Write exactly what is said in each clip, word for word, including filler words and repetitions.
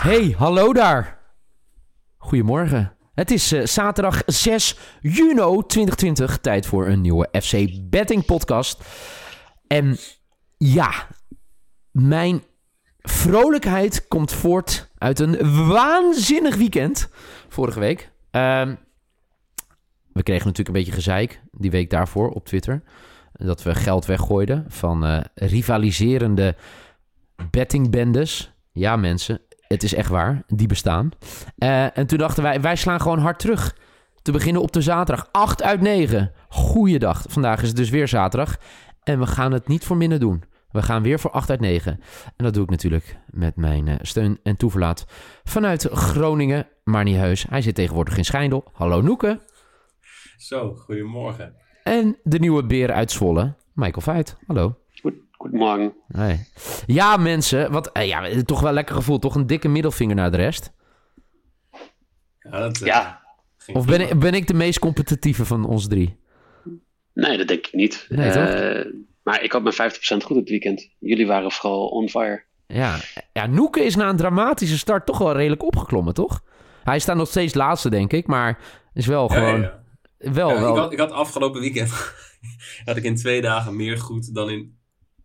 Hey, hallo daar. Goedemorgen. Het is uh, zaterdag zes juni twintig twintig. Tijd voor een nieuwe F C Betting podcast. En ja, mijn vrolijkheid komt voort uit een waanzinnig weekend vorige week. Uh, we kregen natuurlijk een beetje gezeik die week daarvoor op Twitter. Dat we geld weggooiden van uh, rivaliserende bettingbendes. Ja, mensen, het is echt waar. Die bestaan. Uh, en toen dachten wij, wij slaan gewoon hard terug. Te beginnen op de zaterdag. acht uit negen. Goeiedag. Vandaag is het dus weer zaterdag. En we gaan het niet voor minder doen. We gaan weer voor acht uit negen. En dat doe ik natuurlijk met mijn uh, steun en toeverlaat vanuit Groningen. Maar niet heus. Hij zit tegenwoordig in Schijndel. Hallo Noeke. Zo, goedemorgen. En de nieuwe beer uit Zwolle, Michael Veit. Hallo. Goed, goedemorgen. Hey. Ja, mensen. Wat, uh, ja, toch wel lekker gevoel. Toch een dikke middelvinger naar de rest. Ja. Dat, uh, ja. Of ben ik, ben ik de meest competitieve van ons drie? Nee, dat denk ik niet. Nee, uh, maar ik had mijn vijftig procent goed het weekend. Jullie waren vooral on fire. Ja, ja, Noeke is na een dramatische start toch wel redelijk opgeklommen, toch? Hij staat nog steeds laatste, denk ik. Maar is wel ja, gewoon... Ja, ja. Wel, ja, wel... Ik, had, ik had afgelopen weekend... had ik in twee dagen meer goed dan in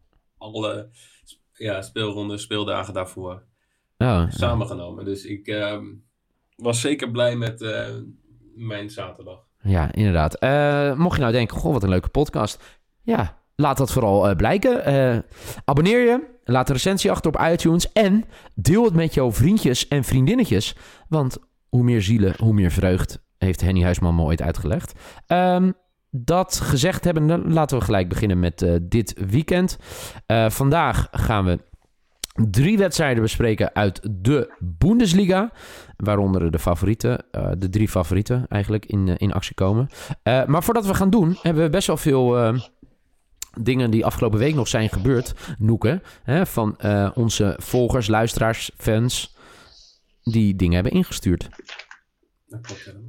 alle ja, speelronden, speeldagen daarvoor oh, samengenomen. Ja. Dus ik uh, was zeker blij met uh, mijn zaterdag. Ja, inderdaad. Uh, mocht je nou denken, goh, wat een leuke podcast. Ja, laat dat vooral uh, blijken. Uh, abonneer je, laat een recensie achter op iTunes en deel het met jouw vriendjes en vriendinnetjes. Want hoe meer zielen, hoe meer vreugd, heeft Henny Huisman me ooit uitgelegd. Um, dat gezegd hebben, laten we gelijk beginnen met uh, dit weekend. Uh, vandaag gaan we drie wedstrijden bespreken uit de Bundesliga. Waaronder de favorieten, uh, de drie favorieten eigenlijk in, uh, in actie komen. Uh, maar voordat we gaan doen, hebben we best wel veel uh, dingen die afgelopen week nog zijn gebeurd. Noeke, hè, van uh, onze volgers, luisteraars, fans, die dingen hebben ingestuurd. Dat klopt helemaal.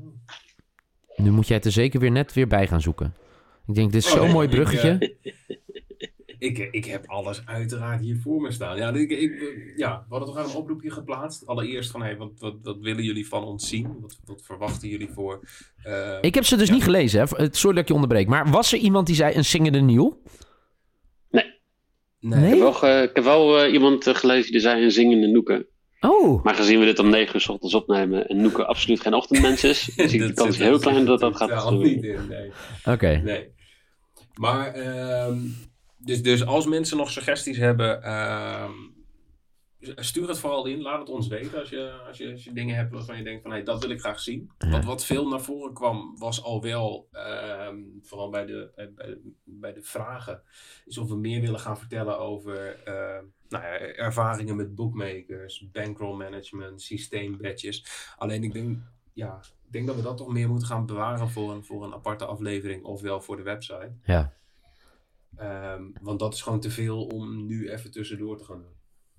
Nu moet jij het er zeker weer net weer bij gaan zoeken. Ik denk, dit is oh, zo'n nee, mooi bruggetje. Ik, uh, ik, ik heb alles uiteraard hier voor me staan. Ja, ik, ik, ja we hadden toch een oproepje geplaatst. Allereerst van, hey, wat, wat, wat willen jullie van ons zien? Wat, wat verwachten jullie voor... Uh, ik heb ze dus ja. niet gelezen, hè? Sorry dat ik je onderbreek. Maar was er iemand die zei een zingende nieuw? Nee. Nee? Ik heb wel, ge, ik heb wel uh, iemand uh, gelezen die zei een zingende Noeke. Oh. Maar gezien we dit om negen uur 's ochtends opnemen en Noeke absoluut geen ochtendmens is, zie ik de kans heel klein dat dat gaat gebeuren. Nee. Oké. Okay. Nee. Maar, um, dus, dus als mensen nog suggesties hebben, um, stuur het vooral in. Laat het ons weten als je, als je, als je dingen hebt waarvan je denkt van, hey, dat wil ik graag zien. Ja. Want wat veel naar voren kwam, was al wel, um, vooral bij de, bij, bij, de, bij de vragen, is of we meer willen gaan vertellen over... Uh, Nou ja, ervaringen met bookmakers, bankroll management, systeembadges. Alleen ik denk, ja, ik denk dat we dat toch meer moeten gaan bewaren voor een, voor een aparte aflevering, ofwel voor de website. Ja. Um, want dat is gewoon te veel om nu even tussendoor te gaan doen.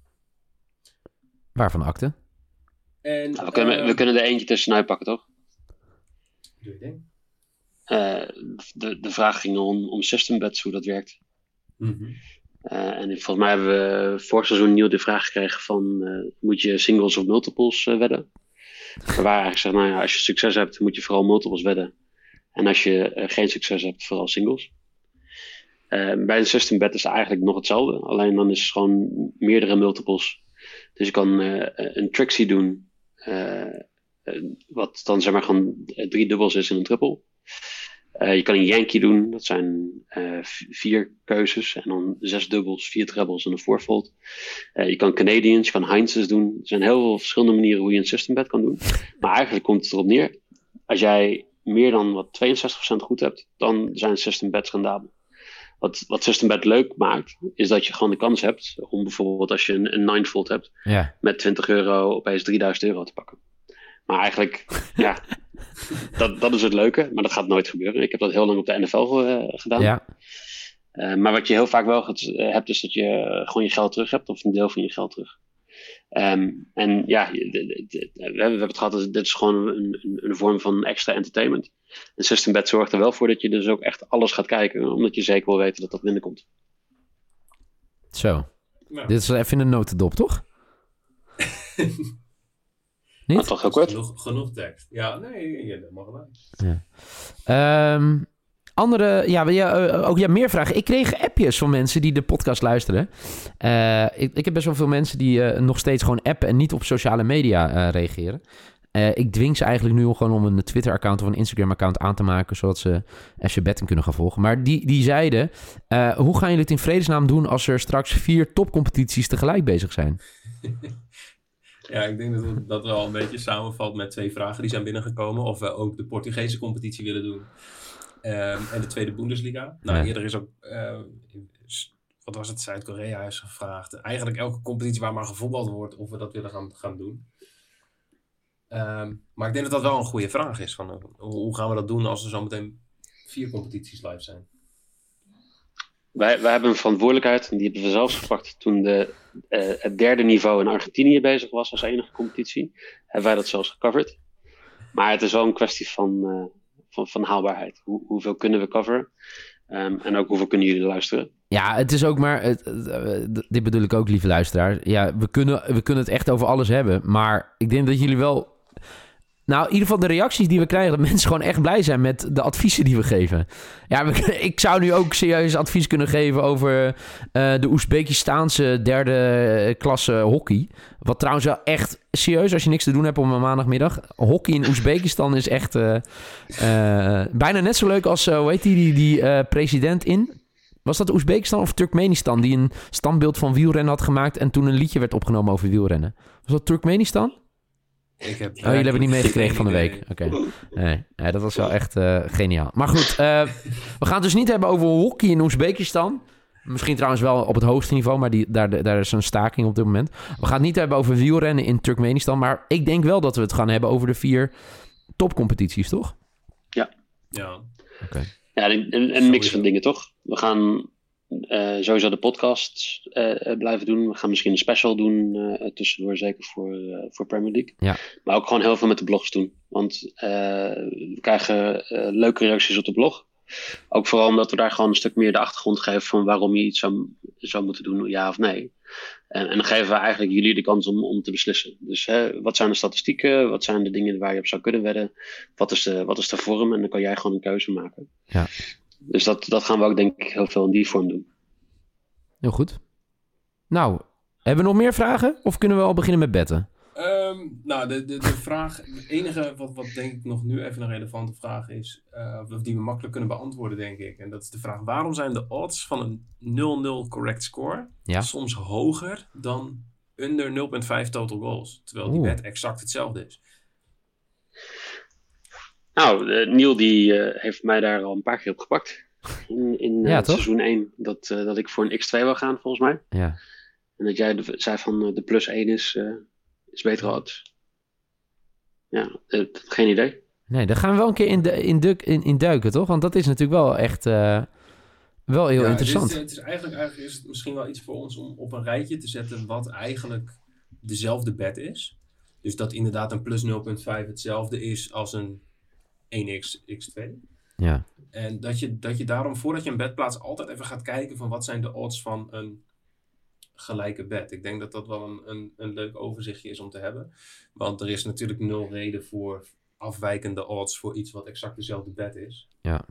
Waarvan akte? En, nou, we, kunnen, uh, we kunnen er eentje tussenuit pakken, toch? Doe je ding. Uh, de, de vraag ging om, om system bets, hoe dat werkt. Mm-hmm. Uh, en volgens mij hebben we vorig seizoen nieuw de vraag gekregen van... Uh, moet je singles of multiples uh, wedden? We waren eigenlijk zeggen, nou ja, als je succes hebt, moet je vooral multiples wedden. En als je uh, geen succes hebt, vooral singles. Uh, bij een system bet is het eigenlijk nog hetzelfde. Alleen dan is het gewoon meerdere multiples. Dus je kan uh, een Trixie doen... Uh, uh, wat dan zeg maar gewoon drie dubbels is in een triple... Uh, je kan een Yankee doen, dat zijn uh, v- vier keuzes en dan zes dubbels, vier trebles en een fourfold. Uh, je kan Canadians, je kan Heinz's doen. Er zijn heel veel verschillende manieren hoe je een system bet kan doen. Maar eigenlijk komt het erop neer, als jij meer dan wat tweeënzestig procent goed hebt, dan zijn system bets rendabel. Wat, wat system bet leuk maakt, is dat je gewoon de kans hebt om bijvoorbeeld als je een, een ninefold hebt, ja. met twintig euro opeens drieduizend euro te pakken. Maar eigenlijk, ja... Dat, dat is het leuke, maar dat gaat nooit gebeuren. Ik heb dat heel lang op de N F L uh, gedaan. Ja. Uh, maar wat je heel vaak wel gaat, uh, hebt, is dat je uh, gewoon je geld terug hebt, of een deel van je geld terug. Um, en ja, de, de, de, we, hebben, we hebben het gehad, dit is gewoon een, een, een vorm van extra entertainment. En System Bet zorgt er wel voor dat je dus ook echt alles gaat kijken, omdat je zeker wil weten dat dat binnenkomt. Zo, ja. Dit is even in een notendop, toch? Niet? Dat toch heel kort? Genoeg, genoeg tekst. Ja, nee, ja, dat mag wel. Ja. Um, andere, ja, ja, ook ja, meer vragen. Ik kreeg appjes van mensen die de podcast luisteren. Uh, ik, ik heb best wel veel mensen die uh, nog steeds gewoon appen en niet op sociale media uh, reageren. Uh, ik dwing ze eigenlijk nu gewoon om een Twitter-account of een Instagram-account aan te maken, zodat ze F C Betting kunnen gaan volgen. Maar die, die zeiden, uh, hoe gaan jullie het in vredesnaam doen als er straks vier topcompetities tegelijk bezig zijn? Ja, ik denk dat het, dat wel een beetje samenvalt met twee vragen die zijn binnengekomen. Of we ook de Portugese competitie willen doen. Um, en de tweede Bundesliga. Nou, Ja. eerder is ook, uh, wat was het, Zuid-Korea is gevraagd. Eigenlijk elke competitie waar maar gevoetbald wordt, of we dat willen gaan, gaan doen. Um, maar ik denk dat dat wel een goede vraag is. Van, uh, hoe gaan we dat doen als er zometeen vier competities live zijn? Wij, wij hebben een verantwoordelijkheid, en die hebben we zelfs gepakt toen de, uh, het derde niveau in Argentinië bezig was als enige competitie. Hebben wij dat zelfs gecoverd. Maar het is wel een kwestie van, uh, van, van haalbaarheid. Hoe, hoeveel kunnen we coveren? Um, en ook hoeveel kunnen jullie luisteren? Ja, het is ook maar... Het, het, dit bedoel ik ook, lieve luisteraar. Ja, we kunnen, we kunnen het echt over alles hebben. Maar ik denk dat jullie wel... Nou, in ieder geval de reacties die we krijgen... dat mensen gewoon echt blij zijn met de adviezen die we geven. Ja, we, ik zou nu ook serieus advies kunnen geven... over uh, de Oezbekistaanse derde klasse hockey. Wat trouwens wel echt serieus... als je niks te doen hebt op een maandagmiddag... hockey in Oezbekistan is echt... Uh, uh, bijna net zo leuk als... Uh, hoe heet die, die, die uh, president in... Was dat Oezbekistan of Turkmenistan... die een standbeeld van wielrennen had gemaakt... en toen een liedje werd opgenomen over wielrennen? Was dat Turkmenistan? Ik heb, oh, jullie hebben het niet meegekregen van de week. Oké. Okay. Nee, nee, dat was wel echt uh, geniaal. Maar goed, uh, we gaan het dus niet hebben over hockey in Oezbekistan. Misschien trouwens wel op het hoogste niveau, maar die, daar, daar is een staking op dit moment. We gaan het niet hebben over wielrennen in Turkmenistan, maar ik denk wel dat we het gaan hebben over de vier topcompetities, toch? Ja. Ja. Oké. Okay. Ja, een, een mix van dingen, toch? We gaan uh, sowieso de podcast uh, blijven doen. We gaan misschien een special doen uh, tussendoor, zeker voor, uh, voor Premier League. Ja. Maar ook gewoon heel veel met de blogs doen. Want uh, we krijgen uh, leuke reacties op de blog. Ook vooral omdat we daar gewoon een stuk meer de achtergrond geven van waarom je iets zou, zou moeten doen, ja of nee. En, en dan geven we eigenlijk jullie de kans om, om te beslissen. Dus hè, wat zijn de statistieken? Wat zijn de dingen waar je op zou kunnen wedden? Wat is de, wat is de vorm? En dan kan jij gewoon een keuze maken. Ja. Dus dat, dat gaan we ook denk ik heel veel in die vorm doen. Heel goed. Nou, hebben we nog meer vragen? Of kunnen we al beginnen met betten? Um, nou, de, de, de vraag, het enige wat, wat denk ik nog nu even een relevante vraag is, uh, of die we makkelijk kunnen beantwoorden, denk ik. En dat is de vraag, waarom zijn de odds van een nul nul correct score ja. soms hoger dan under nul komma vijf total goals? Terwijl die Oeh. bet exact hetzelfde is. Nou, uh, Niel die uh, heeft mij daar al een paar keer op gepakt. In, in uh, ja, seizoen één, dat, uh, dat ik voor een X twee wil gaan, volgens mij. Ja. En dat jij de, zei van uh, de plus één is... Uh, is beter odds. Ja, uh, geen idee. Nee, daar gaan we wel een keer in, de, in, de, in, in duiken, toch? Want dat is natuurlijk wel echt uh, wel heel ja, interessant. Het is, het is eigenlijk, eigenlijk is het misschien wel iets voor ons om op een rijtje te zetten wat eigenlijk dezelfde bet is. Dus dat inderdaad een plus nul komma vijf hetzelfde is als een één x x twee. Ja. En dat je, dat je daarom, voordat je een bet plaatst, altijd even gaat kijken van wat zijn de odds van een gelijke bet. Ik denk dat dat wel een, een, een leuk overzichtje is om te hebben. Want er is natuurlijk nul reden voor afwijkende odds voor iets wat exact dezelfde bet is. Ja.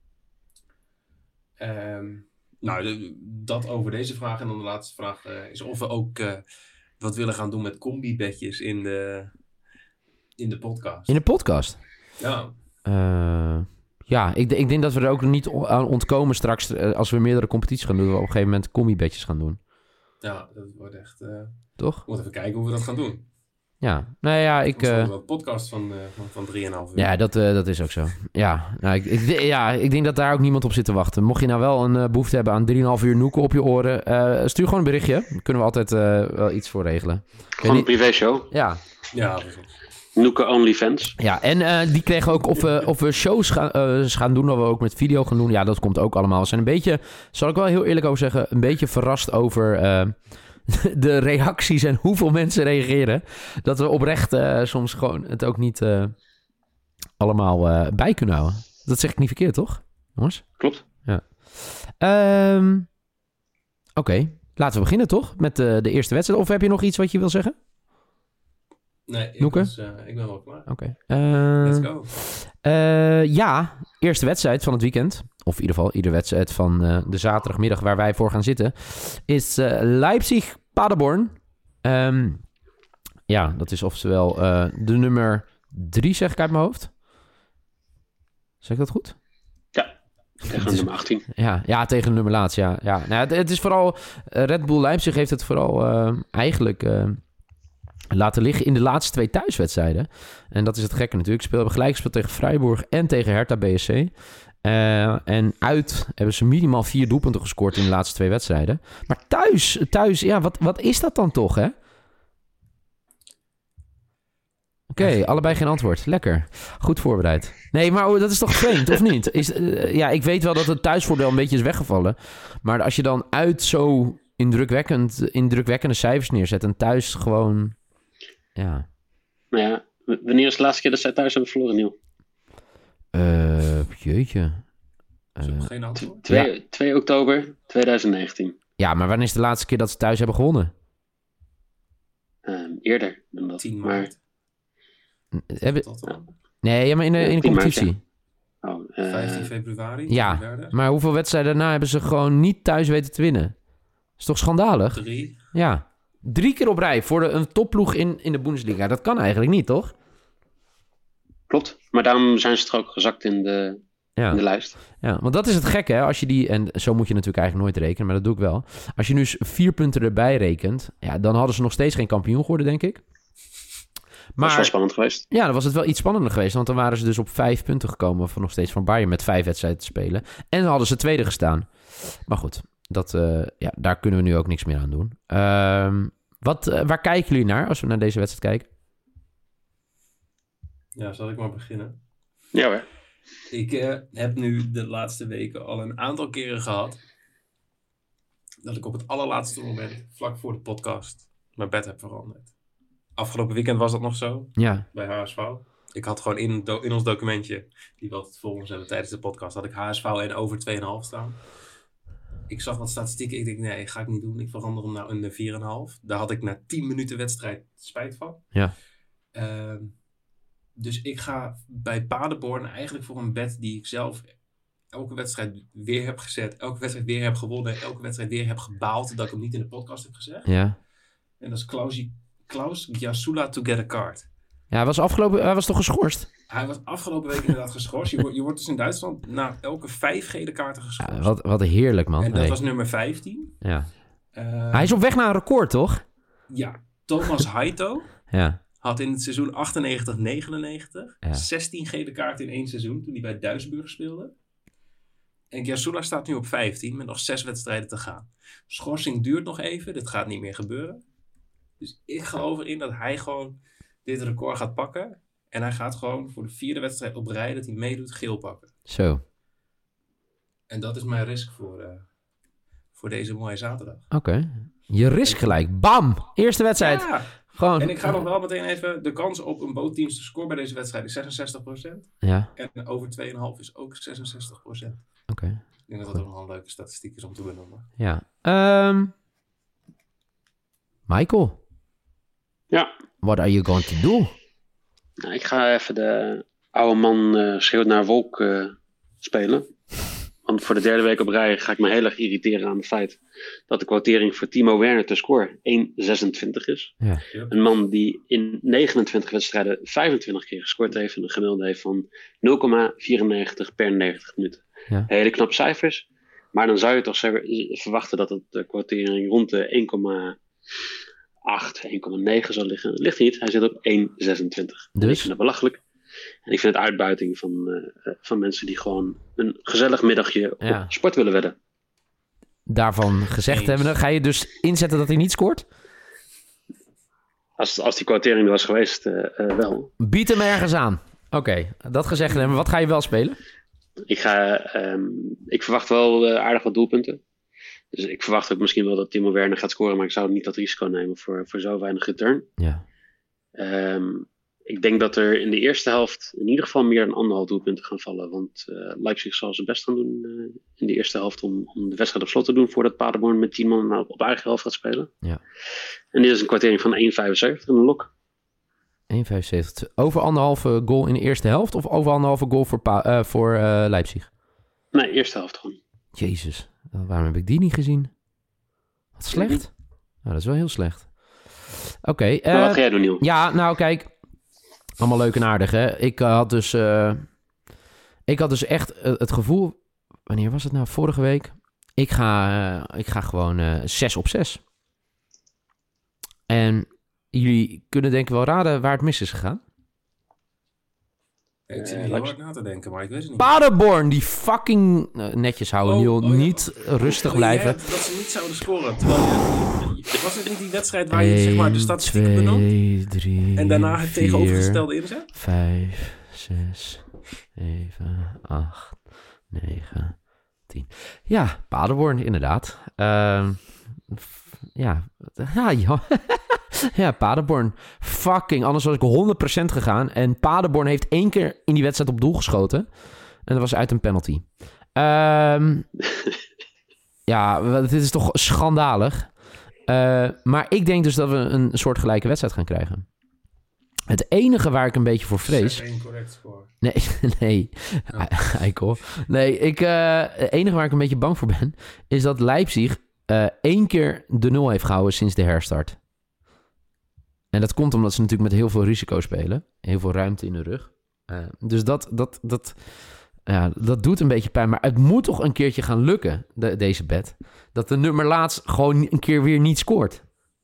Um, nou, de, dat over deze vraag. En dan de laatste vraag uh, is of we ook uh, wat willen gaan doen met combi-betjes in de, in de podcast. In de podcast? Ja. Uh, ja, ik, ik denk dat we er ook niet aan ontkomen straks, uh, als we meerdere competities gaan doen, dat we op een gegeven moment combi-betjes gaan doen. Ja, dat wordt echt... Uh, Toch? We moeten even kijken hoe we dat gaan doen. Ja, nou ja, ik... Uh, uh, een podcast van, uh, van, van drieënhalf uur. Ja, dat, uh, dat is ook zo. Ja, nou, ik, ik, ja, ik denk dat daar ook niemand op zit te wachten. Mocht je nou wel een uh, behoefte hebben aan drieënhalf uur noeken op je oren, uh, stuur gewoon een berichtje. Dan kunnen we altijd uh, wel iets voor regelen. Gewoon een privéshow. Ja. Ja, precies. Noeken OnlyFans. Ja, en uh, die kregen ook of we, of we shows gaan, uh, gaan doen, of we ook met video gaan doen. Ja, dat komt ook allemaal. We zijn een beetje, zal ik wel heel eerlijk over zeggen, een beetje verrast over uh, de reacties en hoeveel mensen reageren. Dat we oprecht uh, soms gewoon het ook niet uh, allemaal uh, bij kunnen houden. Dat zeg ik niet verkeerd, toch, jongens? Klopt. Ja. Um, Oké, okay. Laten we beginnen, toch? Met de, de eerste wedstrijd. Of heb je nog iets wat je wil zeggen? Nee, ik, Noeke? was, uh, ik ben wel klaar. Oké. Okay. Uh, Let's go. Uh, ja, eerste wedstrijd van het weekend. Of in ieder geval iedere wedstrijd van uh, de zaterdagmiddag waar wij voor gaan zitten. Is uh, Leipzig-Paderborn. Um, ja, dat is oftewel uh, de nummer drie, zeg ik uit mijn hoofd. Zeg ik dat goed? Ja, tegen is, nummer achttien. Ja, ja, tegen de nummer laatst, ja. ja. Nou, het, het is vooral... Uh, Red Bull Leipzig heeft het vooral uh, eigenlijk... Uh, laten liggen in de laatste twee thuiswedstrijden. En dat is het gekke natuurlijk. Ze hebben gelijk gespeeld tegen Freiburg en tegen Hertha B S C. Uh, en uit hebben ze minimaal vier doelpunten gescoord in de laatste twee wedstrijden. Maar thuis, thuis ja, wat, wat is dat dan toch, hè? Oké, okay, allebei geen antwoord. Lekker. Goed voorbereid. Nee, maar dat is toch vreemd, of niet? Is, uh, ja, ik weet wel dat het thuisvoordeel een beetje is weggevallen. Maar als je dan uit zo indrukwekkend, indrukwekkende cijfers neerzet en thuis gewoon... Ja. Nou ja, wanneer is de laatste keer dat zij thuis hebben verloren, Niel? Uh, jeetje. Uh, geen antwoord? twee, twee oktober tweeduizend negentien. Ja, maar wanneer is de laatste keer dat ze thuis hebben gewonnen? Uh, eerder dan dat. tien maart. Maar... Hebben... Nee, ja, maar in de, in de competitie. Maart, ja. oh, uh... vijftien februari. Ja, maar hoeveel wedstrijden daarna hebben ze gewoon niet thuis weten te winnen? Is toch schandalig? Drie. Ja. Drie keer op rij voor de, een topploeg in, in de Bundesliga. Dat kan eigenlijk niet, toch? Klopt. Maar daarom zijn ze toch ook gezakt in de, ja. in de lijst. Ja, want dat is het gekke, hè? Als je die, en zo moet je natuurlijk eigenlijk nooit rekenen, maar dat doe ik wel. Als je nu vier punten erbij rekent, ja, dan hadden ze nog steeds geen kampioen geworden, denk ik. Maar, dat was wel spannend geweest. Ja, dan was het wel iets spannender geweest. Want dan waren ze dus op vijf punten gekomen van nog steeds van Bayern met vijf wedstrijden te spelen. En dan hadden ze tweede gestaan. Maar goed, dat, uh, ja, daar kunnen we nu ook niks meer aan doen. Uh, wat, uh, waar kijken jullie naar als we naar deze wedstrijd kijken? Ja, zal ik maar beginnen? Ja hoor. Ik uh, heb nu de laatste weken al een aantal keren gehad dat ik op het allerlaatste moment, vlak voor de podcast, mijn bed heb veranderd. Afgelopen weekend was dat nog zo, ja. bij H S V. Ik had gewoon in, do- in ons documentje, die we altijd voor ons hebben tijdens de podcast, had ik H S V en over twee komma vijf staan. Ik zag wat statistieken, ik denk nee, ga ik niet doen. Ik verander hem naar een vier komma vijf. Daar had ik na tien minuten wedstrijd spijt van. Ja. Uh, dus ik ga bij Paderborn eigenlijk voor een bet die ik zelf elke wedstrijd weer heb gezet. Elke wedstrijd weer heb gewonnen. Elke wedstrijd weer heb gebaald dat ik hem niet in de podcast heb gezegd. Ja. En dat is Klaus, Klaus Giasula to get a card. Ja, hij was, afgelopen, hij was toch geschorst? Hij was afgelopen week inderdaad geschorst. Je, wordt, je wordt dus in Duitsland na elke vijf gele kaarten geschorst. Ja, wat, wat heerlijk, man. En dat nee. was nummer vijftien. Ja. Uh, hij is op weg naar een record, toch? Ja. Thomas Haito ja. had in het seizoen achtennegentig negenennegentig ja. zestien gele kaarten in één seizoen toen hij bij Duisburg speelde. En Giasula staat nu op vijftien met nog zes wedstrijden te gaan. Schorsing duurt nog even. Dit gaat niet meer gebeuren. Dus ik geloof erin dat hij gewoon dit record gaat pakken. En hij gaat gewoon voor de vierde wedstrijd op rij dat hij meedoet geel pakken. Zo. En dat is mijn risk voor, uh, voor deze mooie zaterdag. Oké. Okay. Je risk gelijk. Bam! Eerste wedstrijd. Ja. Gewoon. En ik ga nog wel meteen even... De kans op een bootteamste score bij deze wedstrijd is zesenzestig procent. Ja. En over twee komma vijf is ook zesenzestig procent. Oké. Okay. Ik denk dat dat ook nog een leuke statistiek is om te benoemen. Ja. Um, Michael. Ja. What are you going to do? Nou, ik ga even de oude man uh, schreeuwt naar wolk uh, spelen. Want voor de derde week op rij ga ik me heel erg irriteren aan het feit dat de quotering voor Timo Werner te score één komma zesentwintig is. Ja. Een man die in negenentwintig wedstrijden vijfentwintig keer gescoord heeft en een gemiddelde heeft van nul komma vierennegentig per negentig minuten. Ja. Hele knappe cijfers. Maar dan zou je toch verwachten dat het de quotering rond de één komma acht, één komma negen zal liggen. Dat ligt niet. Hij zit op één komma zesentwintig. Dus? Ik vind dat belachelijk. En ik vind het uitbuiting van, uh, van mensen die gewoon een gezellig middagje ja. op sport willen wedden. Daarvan gezegd hebben, ga je dus inzetten dat hij niet scoort? Als, als die quotering er was geweest, uh, uh, wel. Bied hem ergens aan. Oké, okay, dat gezegd hebben. Wat ga je wel spelen? Ik, ga, um, ik verwacht wel uh, aardig wat doelpunten. Dus ik verwacht ook misschien wel dat Timo Werner gaat scoren, maar ik zou niet dat risico nemen voor, voor zo weinig return. Ja. Um, ik denk dat er in de eerste helft in ieder geval meer dan anderhalf doelpunten gaan vallen. Want uh, Leipzig zal zijn best gaan doen uh, in de eerste helft om, om de wedstrijd op slot te doen voordat Paderborn met tien man op, op eigen helft gaat spelen. Ja. En dit is een kwartering van één komma vijfenzeventig en een lok. één komma vijfenzeventig. Over anderhalve goal in de eerste helft of over anderhalve goal voor, pa- uh, voor uh, Leipzig? Nee, eerste helft gewoon. Jezus, waarom heb ik die niet gezien? Wat slecht. Nou, dat is wel heel slecht. Oké. Okay, uh, maar wat ga jij doen, Niel? Ja, nou kijk. Allemaal leuk en aardig, hè. Ik uh, had dus... Uh, ik had dus echt uh, het gevoel... Wanneer was het nou? Vorige week? Ik ga, uh, ik ga gewoon uh, zes op zes. En jullie kunnen denk ik wel raden waar het mis is gegaan. Ik zit heel hard na te denken, maar ik weet het niet. Paderborn, die fucking... Uh, netjes houden, oh, Niel. Oh, ja. Niet rustig oh, blijven. Ja, dat ze niet zouden scoren. Terwijl je, was het niet die wedstrijd waar je zeg maar, de statistieken benoemt? drie, en daarna het vier, tegenovergestelde inzet? vijf, zes, zeven, acht, negen, tien. Ja, Paderborn, inderdaad. Uh, f- ja, ja, ja. Ja, Paderborn. Fucking, anders was ik honderd procent gegaan. En Paderborn heeft één keer in die wedstrijd op doel geschoten. En dat was uit een penalty. Um, ja, dit is toch schandalig. Uh, maar ik denk dus dat we een soortgelijke wedstrijd gaan krijgen. Het enige waar ik een beetje voor vrees... zes één correct score. Nee, nee. Oh. Eikel. Nee, ik, uh, het enige waar ik een beetje bang voor ben... is dat Leipzig uh, één keer de nul heeft gehouden sinds de herstart. En dat komt omdat ze natuurlijk met heel veel risico spelen. Heel veel ruimte in de rug. Uh, dus dat, dat, dat, ja, dat doet een beetje pijn. Maar het moet toch een keertje gaan lukken, de, deze bet. Dat de nummer laatst gewoon een keer weer niet scoort.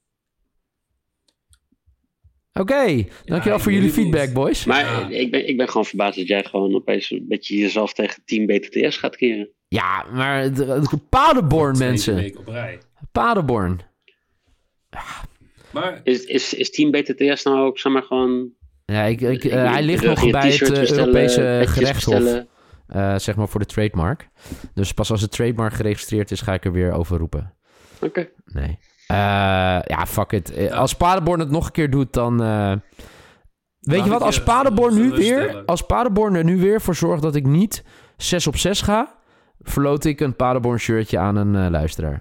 Oké, okay, dankjewel ja, voor jullie feedback, niet. boys. Maar ja. ik, ben, ik ben gewoon verbaasd dat jij gewoon opeens een beetje jezelf tegen Team B T T S gaat keren. Ja, maar de, de Paderborn, mensen. Week op rij. Paderborn. Maar... Is, is, is Team B T T S nou ook, zeg maar, gewoon... Ja, ik, ik, uh, hij ligt nog bij het uh, Europese gerechtshof. Uh, zeg maar voor de trademark. Dus pas als het trademark geregistreerd is, ga ik er weer over roepen. Oké. Okay. Nee. Uh, ja, fuck it. Ja. Als Paderborn het nog een keer doet, dan... Uh... Weet Laat je wat? Als Paderborn, nu weer, als Paderborn er nu weer voor zorgt dat ik niet zes op zes ga... verloot ik een Paderborn shirtje aan een uh, luisteraar.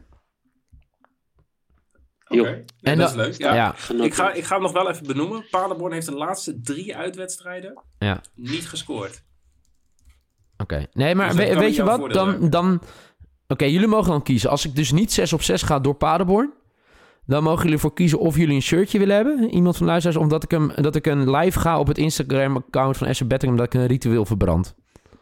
Oké, okay. nee, dat da- is leuk. Ja. Ja. Ik, ga, ik ga hem nog wel even benoemen. Paderborn heeft de laatste drie uitwedstrijden ja. niet gescoord. Oké. Okay. Nee, maar dus we, weet je wat? Dan, dan... Oké, okay, jullie mogen dan kiezen. Als ik dus niet zes op zes ga door Paderborn... dan mogen jullie ervoor kiezen of jullie een shirtje willen hebben. Iemand van de luisteraars. Omdat ik, hem, dat ik een live ga op het Instagram-account van F C Betting... omdat ik een ritueel verbrand.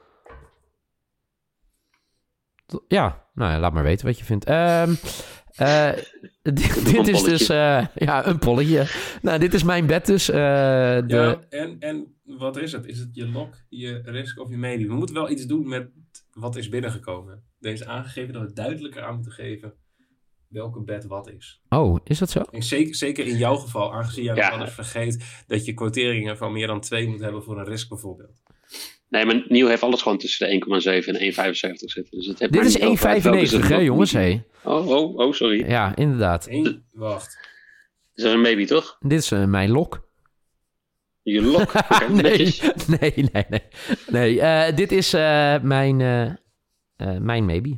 Ja, nou ja, laat maar weten wat je vindt. Ehm... Um, Uh, dit, dit is dus uh, ja, een polletje. Nou, dit is mijn bet dus. Uh, de... Ja, en, en wat is het? Is het je lock, je risk of je maybe? We moeten wel iets doen met wat is binnengekomen. Er is aangegeven dat we duidelijker aan moeten geven welke bet wat is. Oh, is dat zo? En zeker, zeker in jouw geval, aangezien jij ja. nog wel eens vergeet dat je quoteringen van meer dan twee moet hebben voor een risk bijvoorbeeld. Nee, maar Nieuw heeft alles gewoon tussen de één komma zeven en één komma vijfenzeventig zitten. Dus het heeft Dit is één komma vijfennegentig, hè jongens? Hey. Oh, oh, oh, sorry. Ja, inderdaad. Eén, wacht. Is dat een maybe, toch? Dit is uh, mijn lok. Je lok? Okay, nee, nee, nee, nee. nee uh, dit is uh, mijn, uh, uh, mijn maybe.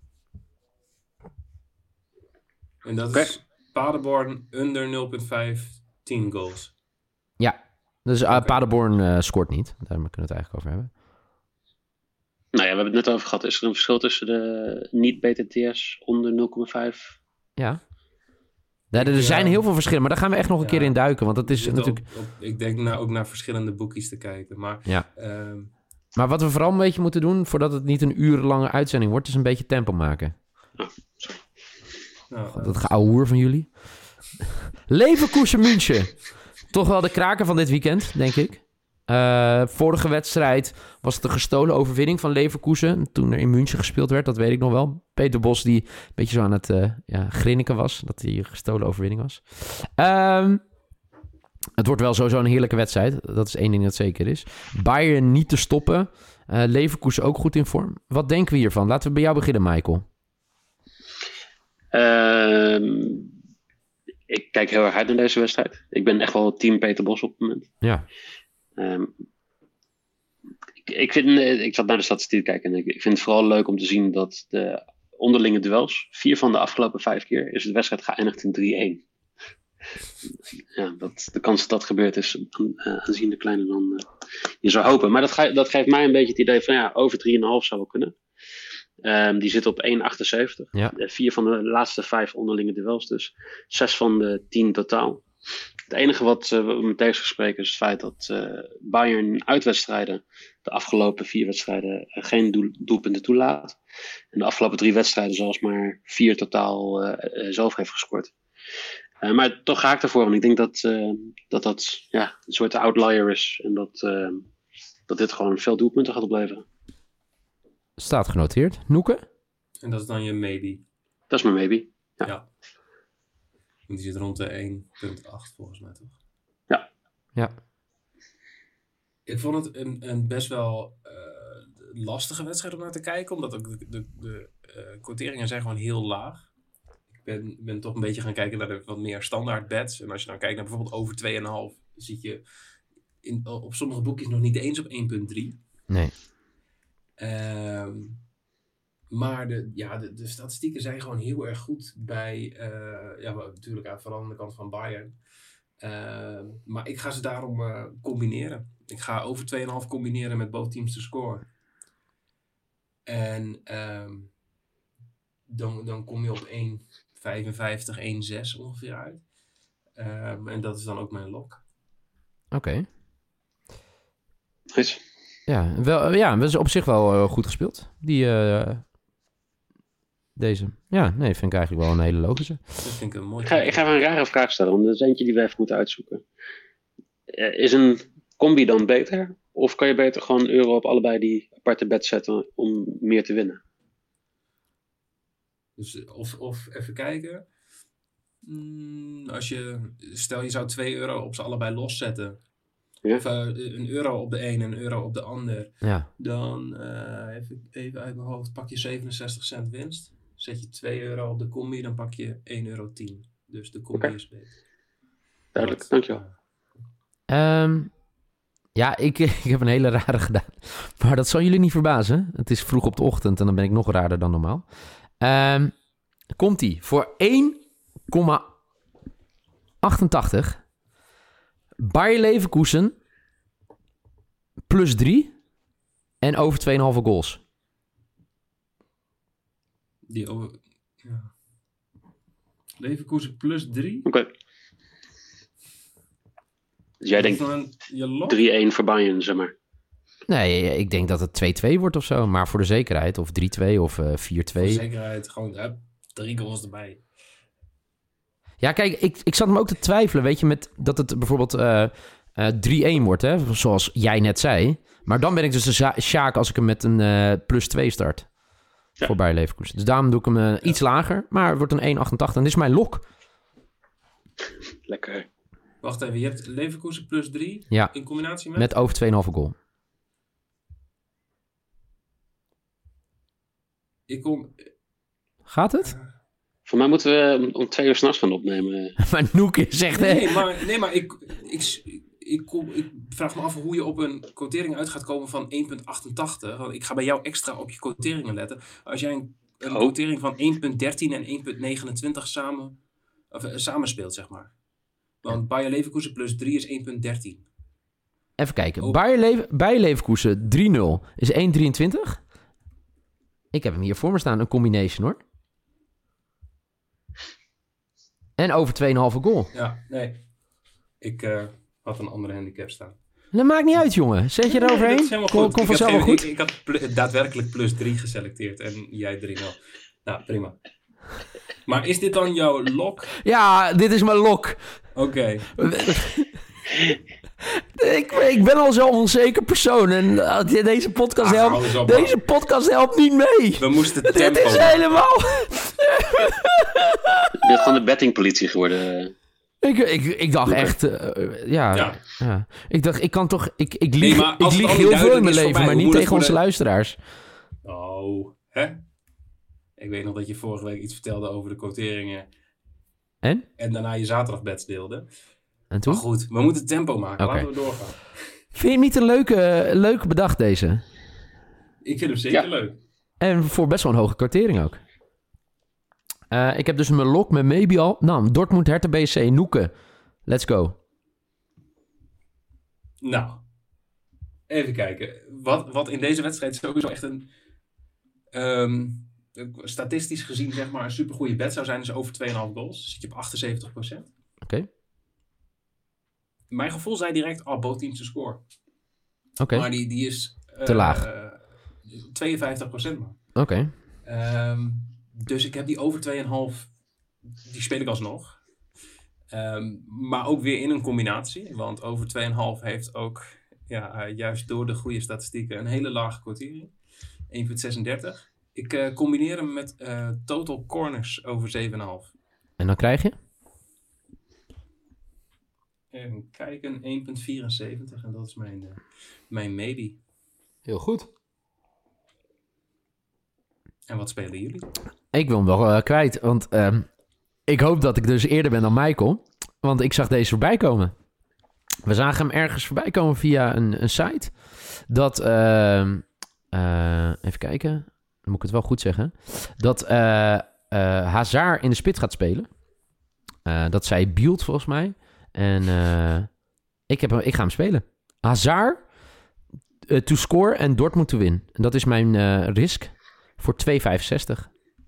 En dat okay. is Paderborn under nul komma vijf, tien goals. Ja. Dus uh, okay. Paderborn uh, scoort niet. Daar kunnen we het eigenlijk over hebben. Nou ja, we hebben het net over gehad. Is er een verschil tussen de niet-B T T S onder nul komma vijf? Ja. ja. Er zijn heel veel verschillen, maar daar gaan we echt nog een ja. keer in duiken. Want dat is natuurlijk... Op, op, ik denk nou ook naar verschillende boekies te kijken. Maar, ja. um... maar wat we vooral een beetje moeten doen, voordat het niet een urenlange uitzending wordt, is een beetje tempo maken. Oh, sorry. Nou, God, dat geouwehoer van jullie. Leverkusen München. Toch wel de kraker van dit weekend, denk ik. Uh, vorige wedstrijd was het een gestolen overwinning van Leverkusen. Toen er in München gespeeld werd, dat weet ik nog wel. Peter Bos die een beetje zo aan het uh, ja, grinniken was. Dat die een gestolen overwinning was. Um, het wordt wel sowieso een heerlijke wedstrijd. Dat is één ding dat zeker is. Bayern niet te stoppen. Uh, Leverkusen ook goed in vorm. Wat denken we hiervan? Laten we bij jou beginnen, Michael. Um... Ik kijk heel erg uit naar deze wedstrijd. Ik ben echt wel team Peter Bos op het moment. Ja. Um, ik, ik, vind, ik zat naar de statistiek kijken en ik, ik vind het vooral leuk om te zien dat de onderlinge duels, vier van de afgelopen vijf keer, is de wedstrijd geëindigd in drie-een. ja, dat, de kans dat dat gebeurt is uh, aanzienlijk kleiner dan uh, je zou hopen. Maar dat, ge- dat geeft mij een beetje het idee van ja, over drie komma vijf zou wel kunnen. Um, die zit op één komma achtenzeventig. Ja. Uh, vier van de laatste vijf onderlinge duels dus. Zes van de tien totaal. Het enige wat uh, we meteen bespreken is het feit dat uh, Bayern uitwedstrijden de afgelopen vier wedstrijden uh, geen doel, doelpunten toelaat. En de afgelopen drie wedstrijden zelfs maar vier totaal uh, uh, zelf heeft gescoord. Uh, maar toch ga ik ervoor, want ik denk dat uh, dat, dat ja, een soort outlier is. En dat, uh, dat dit gewoon veel doelpunten gaat opleveren. Staat genoteerd. Noeke? En dat is dan je maybe. Dat is mijn maybe. Ja. Ja. Die zit rond de één komma acht volgens mij, toch? Ja. Ja. Ik vond het een, een best wel uh, lastige wedstrijd om naar te kijken. Omdat ook de, de, de uh, quoteringen zijn gewoon heel laag. Ik ben, ben toch een beetje gaan kijken naar de wat meer standaard bets. En als je dan kijkt naar bijvoorbeeld over twee komma vijf, zie je in, op sommige boekjes nog niet eens op één komma drie. Nee. Um, maar de, ja, de, de statistieken zijn gewoon heel erg goed bij, uh, ja, natuurlijk vooral aan de kant van Bayern. Uh, maar ik ga ze daarom uh, combineren. Ik ga over twee komma vijf combineren met both teams to score. En um, dan, dan kom je op één komma vijfenvijftig, één komma zes ongeveer uit. Um, en dat is dan ook mijn lock. Oké. Okay. Nice. Ja, wel, ja, dat is op zich wel uh, goed gespeeld. Die, uh, deze. Ja, nee, vind ik eigenlijk wel een hele logische. Dat vind ik een mooi. Ik ga, ik ga even een rare vraag stellen, want dat is eentje die we even moeten uitzoeken. Uh, is een combi dan beter? Of kan je beter gewoon een euro op allebei die aparte bets zetten om meer te winnen? Dus of, of even kijken. Mm, als je, stel je zou twee euro op ze allebei loszetten. Ja. Of uh, een euro op de een en een euro op de ander. Ja. Dan, uh, even, even uit mijn hoofd, pak je zevenenzestig cent winst. Zet je twee euro op de combi, dan pak je één euro tien. Dus de combi okay. is beter. Duidelijk, dankjewel. Um, ja, ik, ik heb een hele rare gedaan. Maar dat zal jullie niet verbazen. Het is vroeg op de ochtend en dan ben ik nog raarder dan normaal. Um, Komt-ie voor één komma achtentachtig. Bayer Leverkusen plus drie en over twee komma vijf goals. Die over... Ja. Leverkusen plus drie? Oké. Okay. Dus jij denkt drie-één voor Bayern, zeg maar. Nee, ik denk dat het twee-twee wordt of zo. Maar voor de zekerheid. Of drie-twee of uh, vier-twee. Voor de zekerheid gewoon hup, drie goals erbij. Ja, kijk, ik, ik zat me ook te twijfelen. Weet je, met dat het bijvoorbeeld uh, uh, drie-één wordt, hè? Zoals jij net zei. Maar dan ben ik dus de Sjaak als ik hem met een uh, plus twee start. Ja. Voor Bayer Leverkusen. Dus daarom doe ik hem uh, ja. iets lager. Maar het wordt een één komma achtentachtig. En dit is mijn lok. Lekker. Wacht even, je hebt Leverkusen plus drie ja. in combinatie met? Met over twee komma vijf goal. Ik kom... Gaat het? Uh, Voor mij moeten we om twee uur 's nachts gaan opnemen. Maar Noeke zegt... Nee, nee, maar, nee, maar ik, ik, ik, kom, ik vraag me af hoe je op een quotering uit gaat komen van één komma achtentachtig. Want ik ga bij jou extra op je quoteringen letten. Als jij een, een oh. quotering van één komma dertien en één komma negenentwintig samen, of, uh, samenspeelt, zeg maar. Want Bayer Leverkusen plus drie is één komma dertien. Even kijken. Oh. Bayer, Le- Bayer Leverkusen drie nul is één komma drieëntwintig. Ik heb hem hier voor me staan. Een combination, hoor. En over twee komma vijf goal. Ja, nee. Ik uh, had een andere handicap staan. Dat maakt niet uit, jongen. Zet je nee, eroverheen? Nee, kom kom vanzelf wel goed. Ik, ik had pl- daadwerkelijk plus drie geselecteerd. En jij drie nul. Nou, prima. Maar is dit dan jouw lok? Ja, dit is mijn lok. Oké. Okay. ik, ik ben al zo'n onzeker persoon. En uh, deze podcast, Ach, helpt, deze podcast helpt niet mee. We moesten het tempo. Dit is helemaal... Je bent gewoon de bettingpolitie geworden. Ik, ik, ik dacht echt... Uh, ja, ja. ja. Ik dacht, ik kan toch... Ik, ik lieg, nee, ik lieg heel veel in mijn leven, mij, maar niet tegen onze de... luisteraars. Oh, hè? Ik weet nog dat je vorige week iets vertelde over de quoteringen. En? En daarna je zaterdagbeds deelde. En toen? Maar goed, we moeten tempo maken. Okay. Laten we doorgaan. Vind je hem niet een leuke, leuke bedacht, deze? Ik vind hem zeker ja. leuk. En voor best wel een hoge quotering ook. Uh, ik heb dus mijn lock met maybe al. Nou, Dortmund, Hertha B S C, Noeke. Let's go. Nou, even kijken. Wat, wat in deze wedstrijd sowieso echt een... Um, statistisch gezien zeg maar een supergoeie bet zou zijn, is over twee komma vijf goals. Dus zit je op achtenzeventig procent. Oké. Okay. Mijn gevoel zei direct, oh, both teams to score. Oké. Okay. Maar die, die is... Uh, te laag. Uh, tweeënvijftig procent man. Oké. Okay. Um, dus ik heb die over twee komma vijf, die speel ik alsnog. Um, maar ook weer in een combinatie. Want over twee komma vijf heeft ook, ja, uh, juist door de goede statistieken, een hele lage kwartering. één komma zesendertig. Ik uh, combineer hem met uh, total corners over zeven komma vijf. En dan krijg je? Even kijken, één komma vierenzeventig. En dat is mijn, uh, mijn maybe. Heel goed. En wat spelen jullie? Ik wil hem wel uh, kwijt, want uh, ik hoop dat ik dus eerder ben dan Michael. Want ik zag deze voorbij komen. We zagen hem ergens voorbij komen via een, een site. Dat, uh, uh, even kijken, dan moet ik het wel goed zeggen. Dat uh, uh, Hazard in de spits gaat spelen. Uh, dat zei Bielt volgens mij. En uh, ik, heb hem, ik ga hem spelen. Hazard uh, to score en Dortmund to win. En dat is mijn uh, risk voor twee komma vijfenzestig.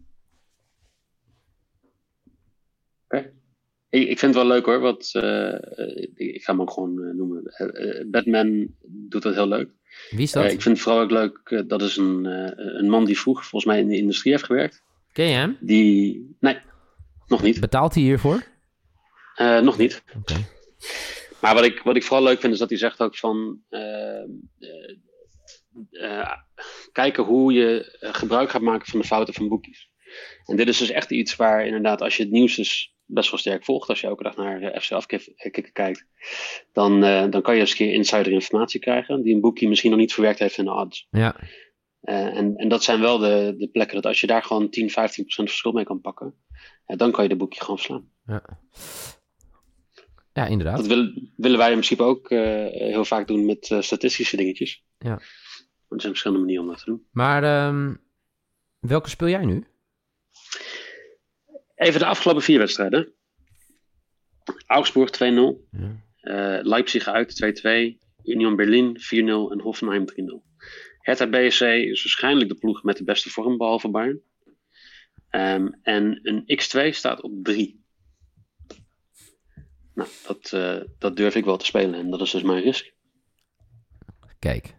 Oké. Okay. Ik, ik vind het wel leuk hoor. Want, uh, ik ga hem ook gewoon uh, noemen. Uh, Batman doet dat heel leuk. Wie is dat? Uh, ik vind het vooral ook leuk. Uh, dat is een, uh, een man die vroeger volgens mij in de industrie heeft gewerkt. Ken je hem? Die... Nee, nog niet. Betaalt hij hiervoor? Uh, nog niet. Oké. Okay. Maar wat ik, wat ik vooral leuk vind is dat hij zegt ook van... Uh, uh, uh, kijken hoe je uh, gebruik gaat maken van de fouten van boekies. En dit is dus echt iets waar inderdaad, als je het nieuws dus best wel sterk volgt, als je elke dag naar uh, F C Afkikken kijkt, dan, uh, dan kan je eens een keer insider informatie krijgen die een boekie misschien nog niet verwerkt heeft in de odds. Ja. Uh, en, en dat zijn wel de, de plekken dat als je daar gewoon tien, vijftien procent verschil mee kan pakken, uh, dan kan je de boekie gewoon verslaan. Ja. Ja, inderdaad. Dat willen, willen wij in principe ook uh, heel vaak doen met uh, statistische dingetjes. Ja. Er zijn verschillende manieren om dat te doen. Maar um, welke speel jij nu? Even de afgelopen vier wedstrijden. Augsburg twee nul. Ja. Uh, Leipzig uit twee twee. Union Berlin vier nul. En Hoffenheim drie nul. Hertha B S C is waarschijnlijk de ploeg met de beste vorm, behalve Bayern. Um, en een x twee staat op drie. Nou, dat, uh, dat durf ik wel te spelen. En dat is dus mijn risk. Kijk.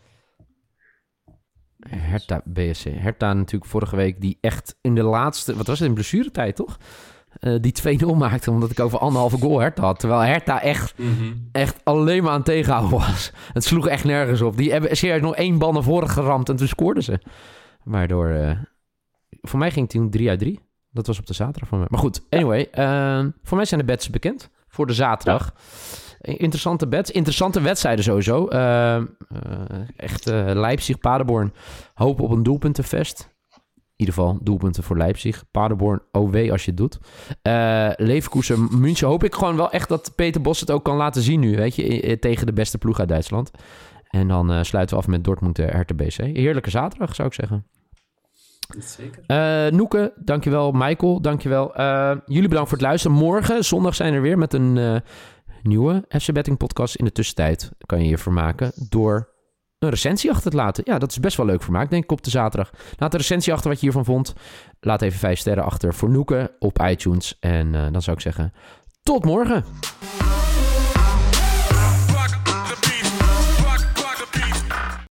Hertha B S C. Hertha natuurlijk vorige week die echt in de laatste... Wat was het? In blessuretijd, toch? Uh, die twee nul maakte omdat ik over anderhalve goal Hertha had. Terwijl Hertha echt, mm-hmm. echt alleen maar aan het tegenhouden was. Het sloeg echt nergens op. Die hebben serieus nog één bal naar voren geramd en toen scoorden ze. Waardoor... Uh, voor mij ging het toen drie uit drie. Dat was op de zaterdag van mij. Maar goed, anyway. Uh, voor mij zijn de bets bekend. Voor de zaterdag. Ja. Interessante bets. Interessante wedstrijden sowieso. Uh, uh, echt uh, Leipzig, Paderborn. Hoop op een doelpuntenfest. In ieder geval doelpunten voor Leipzig. Paderborn, O W als je het doet. Uh, Leverkusen, München. Hoop ik gewoon wel echt dat Peter Bos het ook kan laten zien nu. Weet je, tegen de beste ploeg uit Duitsland. En dan uh, sluiten we af met Dortmund, uh, Hertha B S C. Heerlijke zaterdag, zou ik zeggen. Zeker. Uh, Noeke, dankjewel. Michael, dankjewel. Uh, jullie bedankt voor het luisteren. Morgen, zondag, zijn we er weer met een uh, nieuwe F C Betting podcast. In de tussentijd kan je je vermaken door een recensie achter te laten. Ja, dat is best wel leuk vermaak, denk ik, op de zaterdag. Laat een recensie achter wat je hiervan vond. Laat even vijf sterren achter voor Noeke op iTunes. En uh, dan zou ik zeggen, tot morgen.